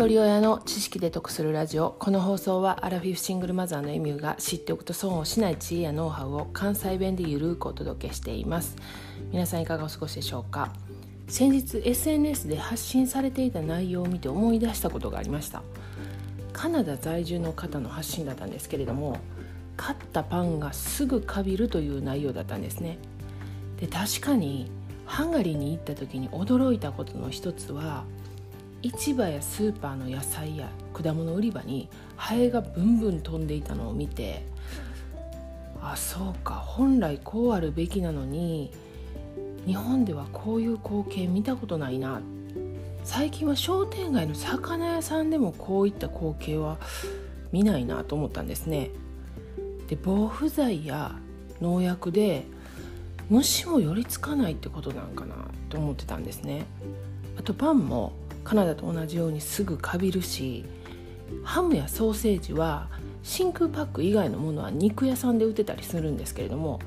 一人親の知識で得するラジオ。この放送はアラフィフシングルマザーのエミューが知っておくと損をしない知恵やノウハウを関西弁でゆるくお届けしています。皆さんいかがお過ごしでしょうか。先日 SNS で発信されていた内容を見て思い出したことがありました。カナダ在住の方の発信だったんですけれども、買ったパンがすぐかびるという内容だったんですね。で、確かにハンガリーに行った時に驚いたことの一つは、市場やスーパーの野菜や果物売り場にハエがブンブン飛んでいたのを見て、そうか、本来こうあるべきなのに日本ではこういう光景見たことないな。最近は商店街の魚屋さんでもこういった光景は見ないなと思ったんですね。で、防腐剤や農薬で虫も寄りつかないってことなんかなと思ってたんですね。あとパンもカナダと同じようにすぐかびるし、ハムやソーセージは真空パック以外のものは肉屋さんで売ってたりするんですけれども、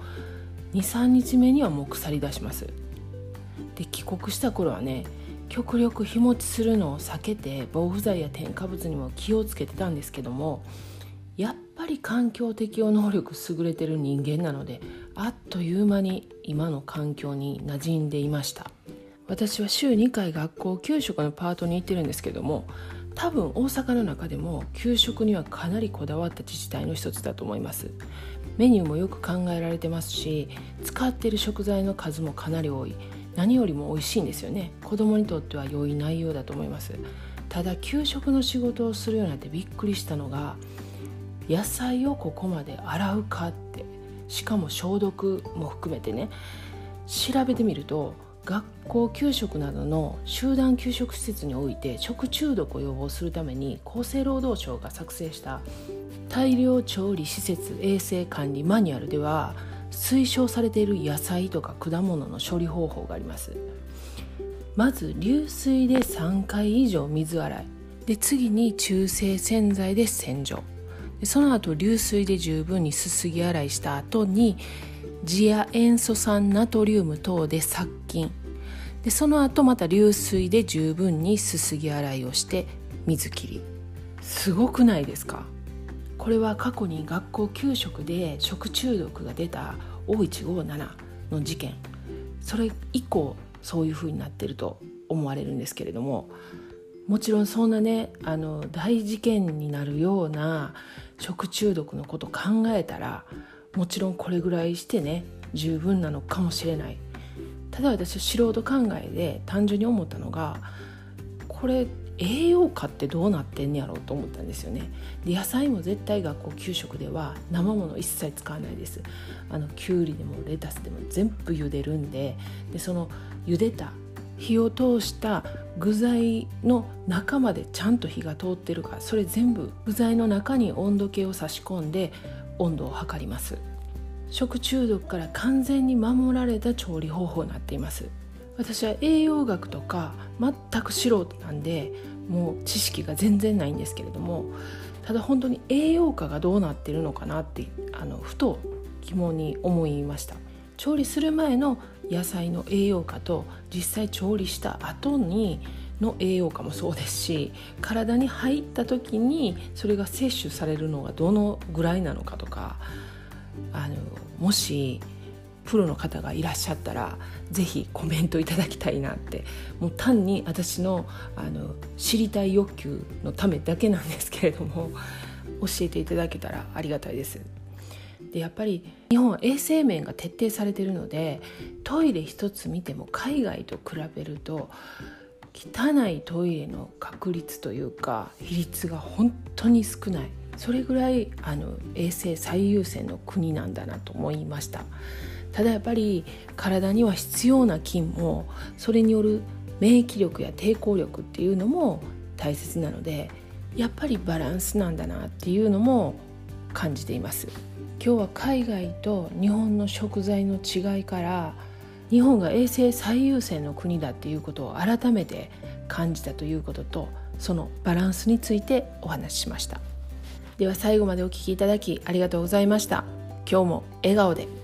2,3 日目にはもう腐り出します。で、帰国した頃はね、極力日持ちするのを避けて防腐剤や添加物にも気をつけてたんですけども、やっぱり環境適応能力優れてる人間なので、あっという間に今の環境に馴染んでいました。私は週2回学校給食のパートに行ってるんですけども、多分大阪の中でも給食にはかなりこだわった自治体の一つだと思います。メニューもよく考えられてますし、使っている食材の数もかなり多い。何よりも美味しいんですよね。子供にとっては良い内容だと思います。ただ給食の仕事をするようになってびっくりしたのが、野菜をここまで洗うかって、しかも消毒も含めてね、調べてみると学校給食などの集団給食施設において食中毒を予防するために厚生労働省が作成した大量調理施設衛生管理マニュアルでは、推奨されている野菜とか果物の処理方法があります。まず流水で3回以上水洗いで、次に中性洗剤で洗浄で、その後流水で十分にすすぎ洗いした後に次亜塩素酸ナトリウム等で殺菌で、その後また流水で十分にすすぎ洗いをして水切り。すごくないですか。これは過去に学校給食で食中毒が出た O157 の事件、それ以降そういう風になってると思われるんですけれども、もちろんそんなね、大事件になるような食中毒のことを考えたら、もちろんこれぐらいしてね十分なのかもしれない。ただ私は素人考えで単純に思ったのが、これ栄養価ってどうなってんねやろうと思ったんですよね。で、野菜も絶対学校給食では生もの一切使わないです。きゅうりでもレタスでも全部茹でるんで、その茹でた火を通した具材の中までちゃんと火が通ってるか、それ全部具材の中に温度計を差し込んで温度を測ります。食中毒から完全に守られた調理方法になっています。私は栄養学とか全く素人なんで、もう知識が全然ないんですけれども、ただ本当に栄養価がどうなってるのかなってふと疑問に思いました。調理する前の野菜の栄養価と実際調理した後にの栄養価もそうですし、体に入った時にそれが摂取されるのがどのぐらいなのかとか、もしプロの方がいらっしゃったらぜひコメントいただきたいなって、もう単に私の知りたい欲求のためだけなんですけれども、教えていただけたらありがたいです。で、やっぱり日本は衛生面が徹底されているので、トイレ一つ見ても海外と比べると汚いトイレの確率というか比率が本当に少ない。それぐらい衛生最優先の国なんだなと思いました。ただやっぱり体には必要な菌も、それによる免疫力や抵抗力っていうのも大切なので、やっぱりバランスなんだなっていうのも感じています。今日は海外と日本の食材の違いから、日本が衛生最優先の国だっていうことを改めて感じたということと、そのバランスについてお話ししました。では最後までお聞きいただきありがとうございました。今日も笑顔で。